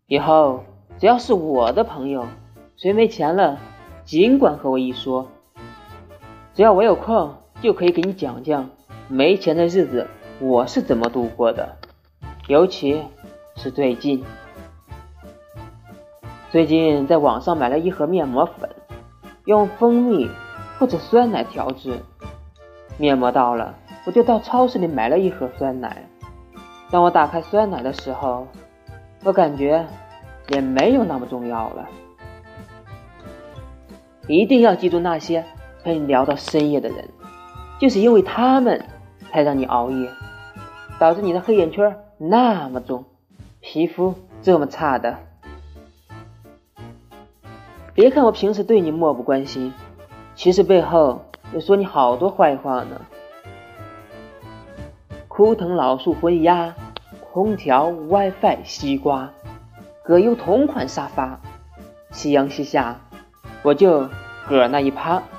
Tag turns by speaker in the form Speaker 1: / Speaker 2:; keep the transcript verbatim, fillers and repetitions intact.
Speaker 1: 以后只要是我的朋友，谁没钱了，尽管和我一说，只要我有空，就可以给你讲讲没钱的日子我是怎么度过的。尤其是最近，最近在网上买了一盒面膜粉，用蜂蜜或者酸奶调制。面膜到了，我就到超市里买了一盒酸奶。当我打开酸奶的时候，我感觉也没有那么重要了。一定要记住那些陪你聊到深夜的人，就是因为他们才让你熬夜，导致你的黑眼圈那么重，皮肤这么差的。别看我平时对你漠不关心，其实背后又说你好多坏话呢。枯藤老树昏鸦，空调 WiFi 西瓜，各有同款沙发，夕阳西下，我就搁那一趴。